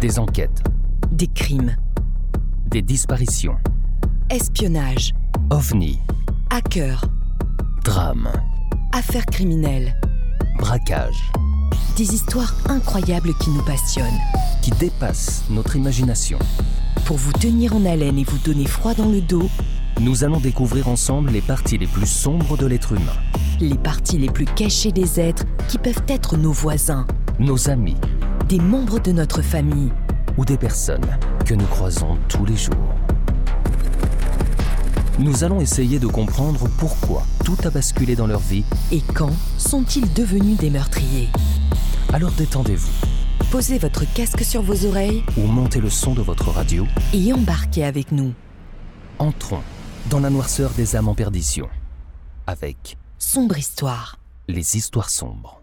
Des enquêtes, Des crimes, des disparitions, espionnage, ovnis, hackers, drames, affaires criminelles. braquages, Des histoires incroyables qui nous passionnent. qui dépassent notre imagination. Pour vous tenir en haleine et vous donner froid dans le dos, Nous allons découvrir ensemble les parties les plus sombres de l'être humain, les parties les plus cachées des êtres qui peuvent être nos voisins, nos amis des membres de notre famille. ou des personnes que nous croisons tous les jours. Nous allons essayer de comprendre pourquoi tout a basculé dans leur vie. Et quand sont-ils devenus des meurtriers? Alors détendez-vous Posez votre casque sur vos oreilles ou montez le son de votre radio. et embarquez avec nous. Entrons dans la noirceur des âmes en perdition avec Sombre histoire. les histoires sombres.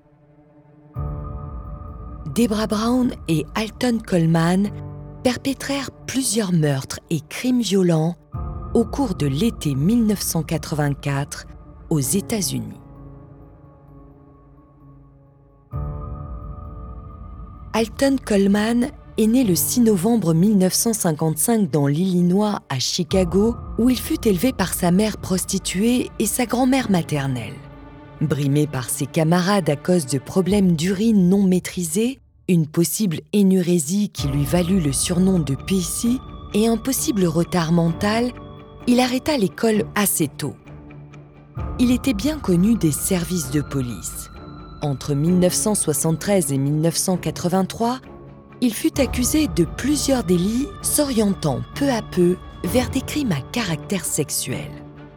Debra Brown et Alton Coleman perpétrèrent plusieurs meurtres et crimes violents au cours de l'été 1984 aux États-Unis. Alton Coleman est né le 6 novembre 1955 dans l'Illinois à Chicago, où il fut élevé par sa mère prostituée et sa grand-mère maternelle. Brimé par ses camarades à cause de problèmes d'urine non maîtrisés, une possible énurésie qui lui valut le surnom de PC et un possible retard mental, il arrêta l'école assez tôt. Il était bien connu des services de police. Entre 1973 et 1983, il fut accusé de plusieurs délits s'orientant peu à peu vers des crimes à caractère sexuel.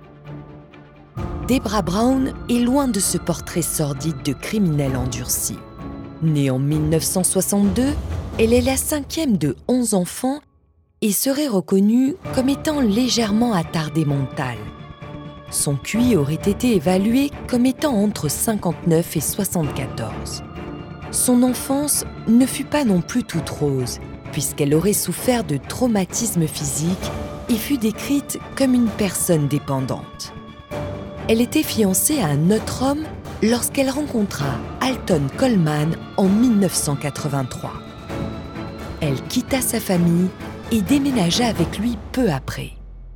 Debra Brown est loin de ce portrait sordide de criminel endurci. Née en 1962, elle est la 5e de 11 enfants et serait reconnue comme étant légèrement attardée mentale. Son QI aurait été évalué comme étant entre 59 et 74. Son enfance ne fut pas non plus toute rose, puisqu'elle aurait souffert de traumatismes physiques et fut décrite comme une personne dépendante. Elle était fiancée à un autre homme lorsqu'elle rencontra Alton Coleman en 1983. Elle quitta sa famille et déménagea avec lui peu après.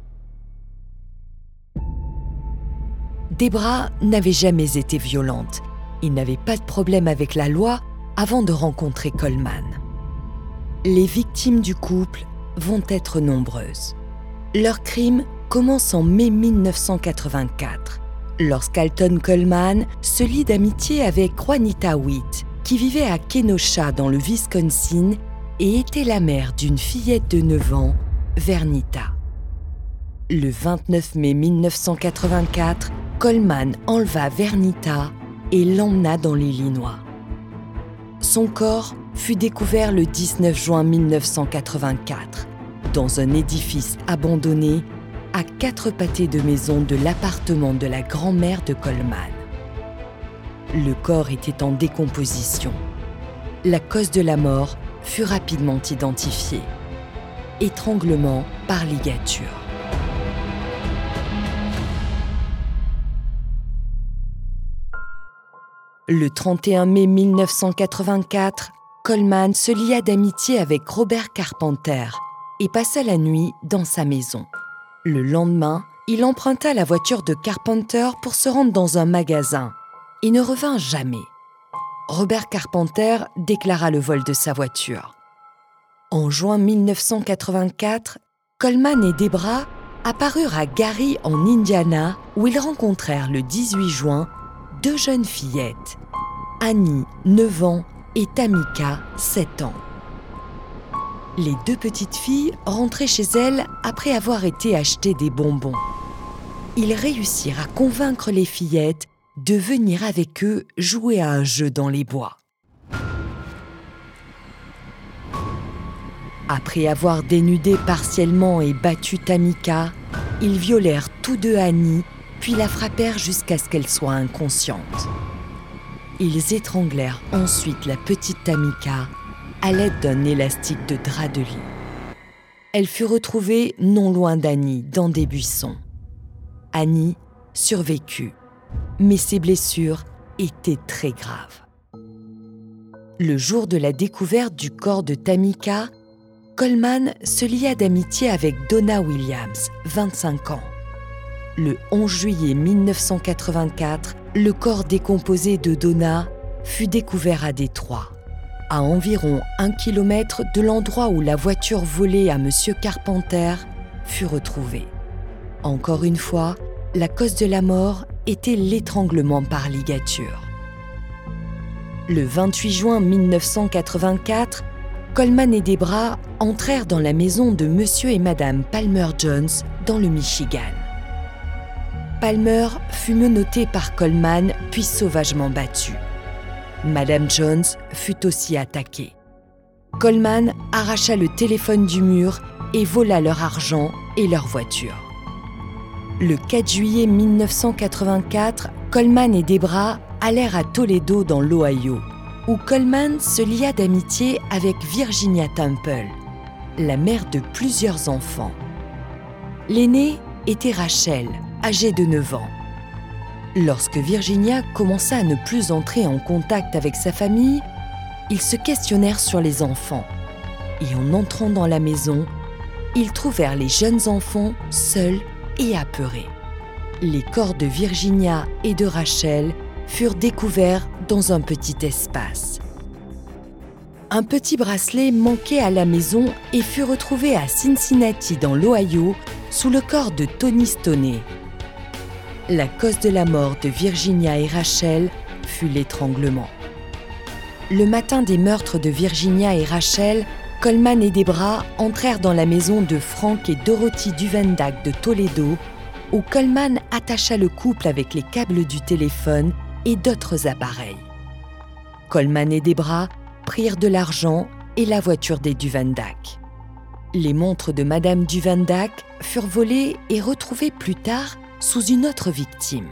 Debra n'avait jamais été violente. Il n'avait pas de problème avec la loi avant de rencontrer Coleman. Les victimes du couple vont être nombreuses. Leur crime commence en mai 1984, lorsqu'Alton Coleman se lie d'amitié avec Juanita Witt, qui vivait à Kenosha dans le Wisconsin et était la mère d'une fillette de 9 ans, Vernita. Le 29 mai 1984, Coleman enleva Vernita et l'emmena dans l'Illinois. Son corps fut découvert le 19 juin 1984 dans un édifice abandonné à 4 pâtés de maison de l'appartement de la grand-mère de Coleman. Le corps était en décomposition. La cause de la mort fut rapidement identifiée. Étranglement par ligature. Le 31 mai 1984, Coleman se lia d'amitié avec Robert Carpenter et passa la nuit dans sa maison. Le lendemain, il emprunta la voiture de Carpenter pour se rendre dans un magasin et ne revint jamais. Robert Carpenter déclara le vol de sa voiture. En juin 1984, Coleman et Debra apparurent à Gary en Indiana où ils rencontrèrent le 18 juin 2 jeunes fillettes, Annie, 9 ans, et Tamika, 7 ans. Les 2 petites filles rentraient chez elles après avoir été acheter des bonbons. Ils réussirent à convaincre les fillettes de venir avec eux jouer à un jeu dans les bois. Après avoir dénudé partiellement et battu Tamika, ils violèrent tous 2 Annie, puis la frappèrent jusqu'à ce qu'elle soit inconsciente. Ils étranglèrent ensuite la petite Tamika à l'aide d'un élastique de drap de lit. Elle fut retrouvée non loin d'Annie, dans des buissons. Annie survécut, mais ses blessures étaient très graves. Le jour de la découverte du corps de Tamika, Coleman se lia d'amitié avec Donna Williams, 25 ans. Le 11 juillet 1984, le corps décomposé de Donna fut découvert à Détroit, à environ 1 kilomètre de l'endroit où la voiture volée à M. Carpenter fut retrouvée. Encore une fois, la cause de la mort était l'étranglement par ligature. Le 28 juin 1984, Coleman et Debra entrèrent dans la maison de M. et Mme Palmer Jones dans le Michigan. Palmer fut menottée par Coleman puis sauvagement battue. Mme Jones fut aussi attaquée. Coleman arracha le téléphone du mur et vola leur argent et leur voiture. Le 4 juillet 1984, Coleman et Debra allèrent à Toledo dans l'Ohio, où Coleman se lia d'amitié avec Virginia Temple, la mère de plusieurs enfants. L'aînée était Rachel, âgée de 9 ans. Lorsque Virginia commença à ne plus entrer en contact avec sa famille, ils se questionnèrent sur les enfants. Et en entrant dans la maison, ils trouvèrent les jeunes enfants seuls et apeurés. Les corps de Virginia et de Rachel furent découverts dans un petit espace. Un petit bracelet manquait à la maison et fut retrouvé à Cincinnati dans l'Ohio sous le corps de Tony Stoney. La cause de la mort de Virginia et Rachel fut l'étranglement. Le matin des meurtres de Virginia et Rachel, Coleman et Debra entrèrent dans la maison de Frank et Dorothy Duvendack de Toledo, où Coleman attacha le couple avec les câbles du téléphone et d'autres appareils. Coleman et Debra prirent de l'argent et la voiture des Duvendack. Les montres de Madame Duvendack furent volées et retrouvées plus tard sous une autre victime.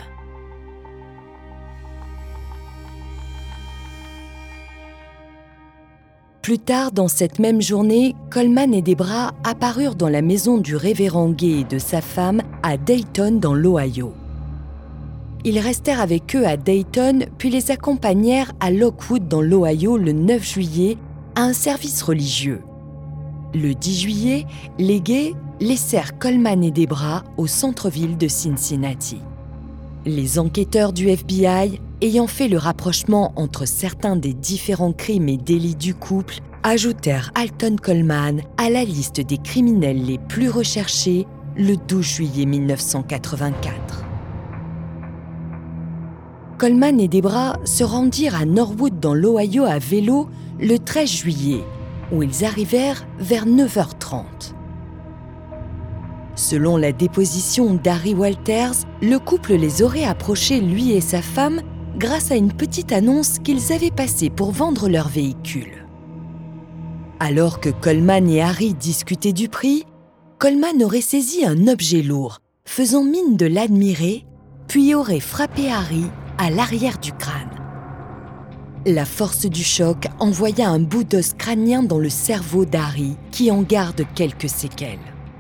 Plus tard dans cette même journée, Coleman et Debra apparurent dans la maison du révérend Gay et de sa femme à Dayton dans l'Ohio. Ils restèrent avec eux à Dayton puis les accompagnèrent à Lockwood dans l'Ohio le 9 juillet à un service religieux. Le 10 juillet, les Gay laissèrent Coleman et Debra au centre-ville de Cincinnati. Les enquêteurs du FBI, ayant fait le rapprochement entre certains des différents crimes et délits du couple, ajoutèrent Alton Coleman à la liste des criminels les plus recherchés le 12 juillet 1984. Coleman et Debra se rendirent à Norwood dans l'Ohio à vélo le 13 juillet, où ils arrivèrent vers 9h30. Selon la déposition d'Harry Walters, le couple les aurait approchés, lui et sa femme, grâce à une petite annonce qu'ils avaient passée pour vendre leur véhicule. Alors que Coleman et Harry discutaient du prix, Coleman aurait saisi un objet lourd, faisant mine de l'admirer, puis aurait frappé Harry à l'arrière du crâne. La force du choc envoya un bout d'os crânien dans le cerveau d'Harry, qui en garde quelques séquelles.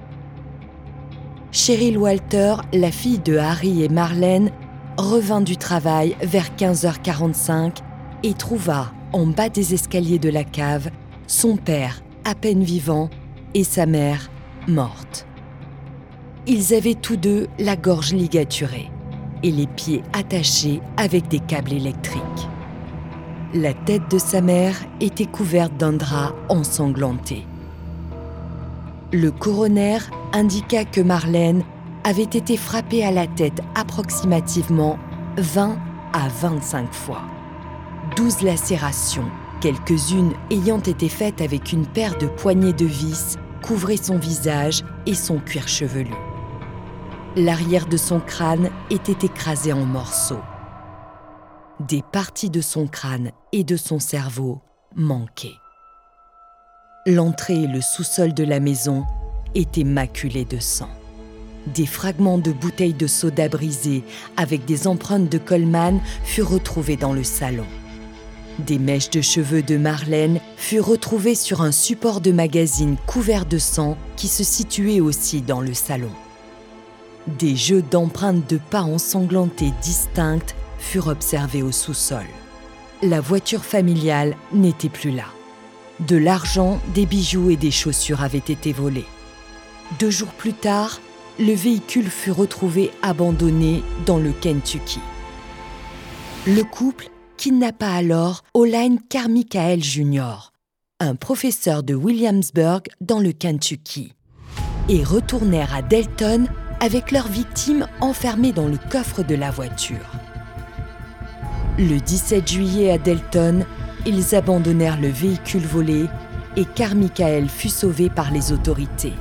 Cheryl Walter, la fille de Harry et Marlène, revint du travail vers 15h45 et trouva, en bas des escaliers de la cave, son père, à peine vivant, et sa mère, morte. Ils avaient tous deux la gorge ligaturée et les pieds attachés avec des câbles électriques. La tête de sa mère était couverte d'un drap ensanglanté. Le coroner indiqua que Marlène avait été frappée à la tête approximativement 20 à 25 fois. 12 lacérations, quelques-unes ayant été faites avec une paire de poignées de vis, couvraient son visage et son cuir chevelu. L'arrière de son crâne était écrasé en morceaux. Des parties de son crâne et de son cerveau manquaient. L'entrée et le sous-sol de la maison étaient maculés de sang. Des fragments de bouteilles de soda brisées avec des empreintes de Coleman furent retrouvés dans le salon. Des mèches de cheveux de Marlène furent retrouvées sur un support de magazine couvert de sang qui se situait aussi dans le salon. Des jeux d'empreintes de pas ensanglantés distinctes furent observés au sous-sol. la voiture familiale n'était plus là. De l'argent, des bijoux et des chaussures avaient été volés. 2 jours plus tard, le véhicule fut retrouvé abandonné dans le Kentucky. Le couple kidnappa alors Oline Carmichael Jr., un professeur de Williamsburg dans le Kentucky, et retournèrent à Delton avec leur victime enfermée dans le coffre de la voiture. Le 17 juillet à Delton, ils abandonnèrent le véhicule volé et Carmichael fut sauvé par les autorités.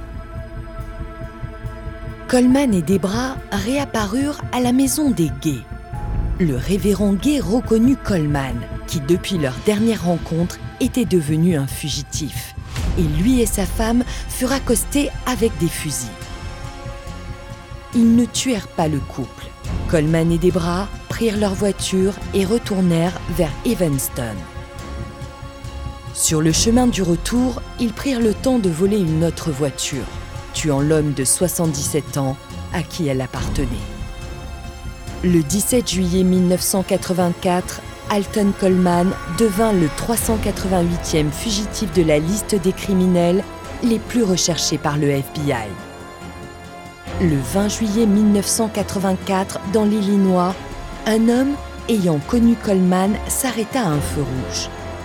Coleman et Debra réapparurent à la maison des Gay. Le révérend Gay reconnut Coleman, qui depuis leur dernière rencontre était devenu un fugitif, et lui et sa femme furent accostés avec des fusils. Ils ne tuèrent pas le couple. Coleman et Debra prirent leur voiture et retournèrent vers Evanston. Sur le chemin du retour, ils prirent le temps de voler une autre voiture, tuant l'homme de 77 ans à qui elle appartenait. Le 17 juillet 1984, Alton Coleman devint le 388e fugitif de la liste des criminels les plus recherchés par le FBI. Le 20 juillet 1984, dans l'Illinois, un homme ayant connu Coleman s'arrêta à un feu rouge.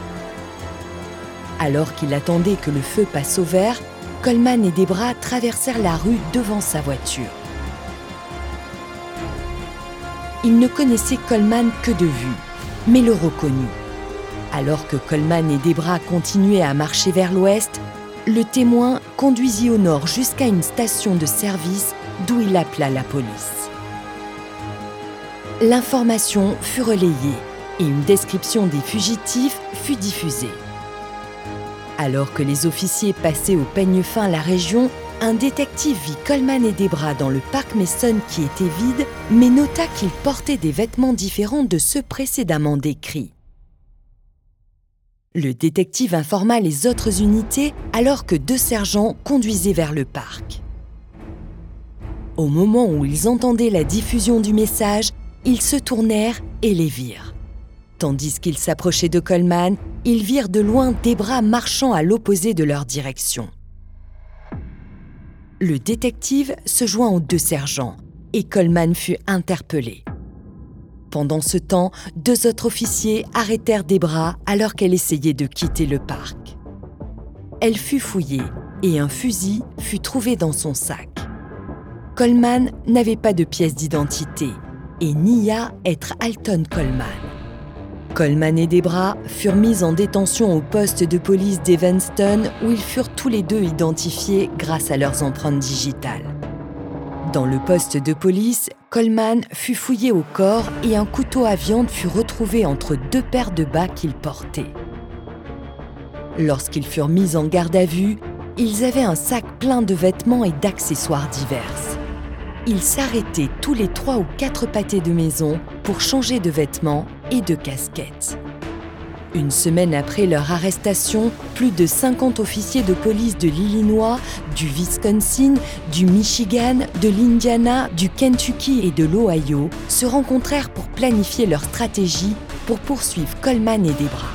Alors qu'il attendait que le feu passe au vert, Coleman et Debra traversèrent la rue devant sa voiture. Il ne connaissait Coleman que de vue, mais le reconnut. Alors que Coleman et Debra continuaient à marcher vers l'ouest, le témoin conduisit au nord jusqu'à une station de service d'où il appela la police. L'information fut relayée et une description des fugitifs fut diffusée. Alors que les officiers passaient au peigne fin la région, un détective vit Coleman et Debra dans le parc Mason qui était vide, mais nota qu'ils portaient des vêtements différents de ceux précédemment décrits. Le détective informa les autres unités alors que 2 sergents conduisaient vers le parc. Au moment où ils entendaient la diffusion du message, ils se tournèrent et les virent. Tandis qu'ils s'approchaient de Coleman, ils virent de loin Debra marchant à l'opposé de leur direction. Le détective se joint aux 2 sergents et Coleman fut interpellé. Pendant ce temps, 2 autres officiers arrêtèrent Debra alors qu'elle essayait de quitter le parc. Elle fut fouillée et un fusil fut trouvé dans son sac. Coleman n'avait pas de pièce d'identité et nia être Alton Coleman. Coleman et Debra furent mis en détention au poste de police d'Evanston où ils furent tous les 2 identifiés grâce à leurs empreintes digitales. Dans le poste de police, Coleman fut fouillé au corps et un couteau à viande fut retrouvé entre 2 paires de bas qu'il portait. Lorsqu'ils furent mis en garde à vue, ils avaient un sac plein de vêtements et d'accessoires divers. Ils s'arrêtaient tous les 3 ou 4 pâtés de maison pour changer de vêtements et de casquettes. Une semaine après leur arrestation, plus de 50 officiers de police de l'Illinois, du Wisconsin, du Michigan, de l'Indiana, du Kentucky et de l'Ohio se rencontrèrent pour planifier leur stratégie pour poursuivre Coleman et Debra.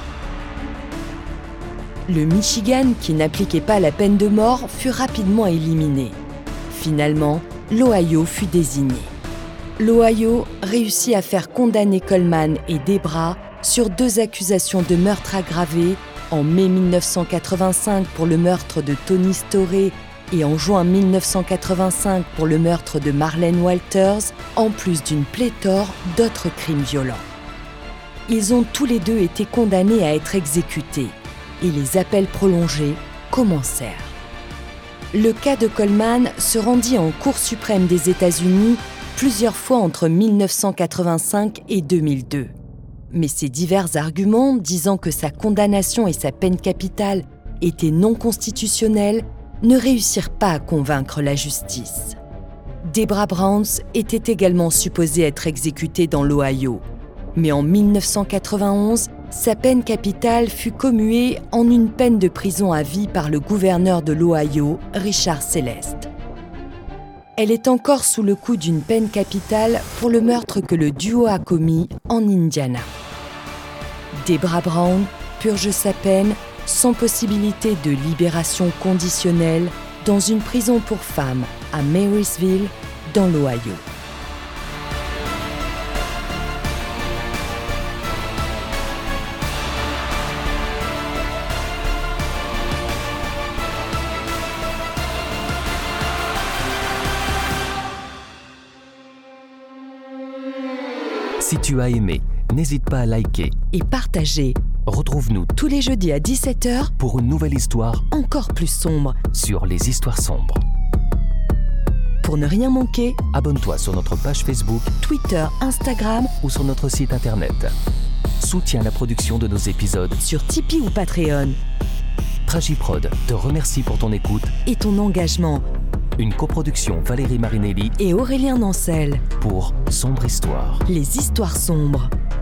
Le Michigan, qui n'appliquait pas la peine de mort, fut rapidement éliminé. Finalement, l'Ohio fut désigné. L'Ohio réussit à faire condamner Coleman et Debra sur 2 accusations de meurtre aggravé en mai 1985 pour le meurtre de Tony Storey et en juin 1985 pour le meurtre de Marlene Walters, en plus d'une pléthore d'autres crimes violents. Ils ont tous les 2 été condamnés à être exécutés et les appels prolongés commencèrent. Le cas de Coleman se rendit en Cour suprême des États-Unis plusieurs fois entre 1985 et 2002. Mais ces divers arguments disant que sa condamnation et sa peine capitale étaient non constitutionnelles ne réussirent pas à convaincre la justice. Debra Browns était également supposée être exécutée dans l'Ohio, mais en 1991, sa peine capitale fut commuée en une peine de prison à vie par le gouverneur de l'Ohio, Richard Celeste. Elle est encore sous le coup d'une peine capitale pour le meurtre que le duo a commis en Indiana. Debra Brown purge sa peine sans possibilité de libération conditionnelle dans une prison pour femmes à Marysville, dans l'Ohio. Si tu as aimé, n'hésite pas à liker Et partager. Retrouve-nous Tous les jeudis à 17h, pour une nouvelle histoire encore plus sombre. sur les histoires sombres. Pour ne rien manquer, Abonne-toi sur notre page Facebook Twitter, Instagram, ou sur notre site internet. Soutiens la production de nos épisodes. sur Tipeee ou Patreon. Tragiprod te remercie pour ton écoute. Et ton engagement. Une coproduction Valérie Marinelli Et Aurélien Nancel. pour Sombre Histoire. Les histoires sombres.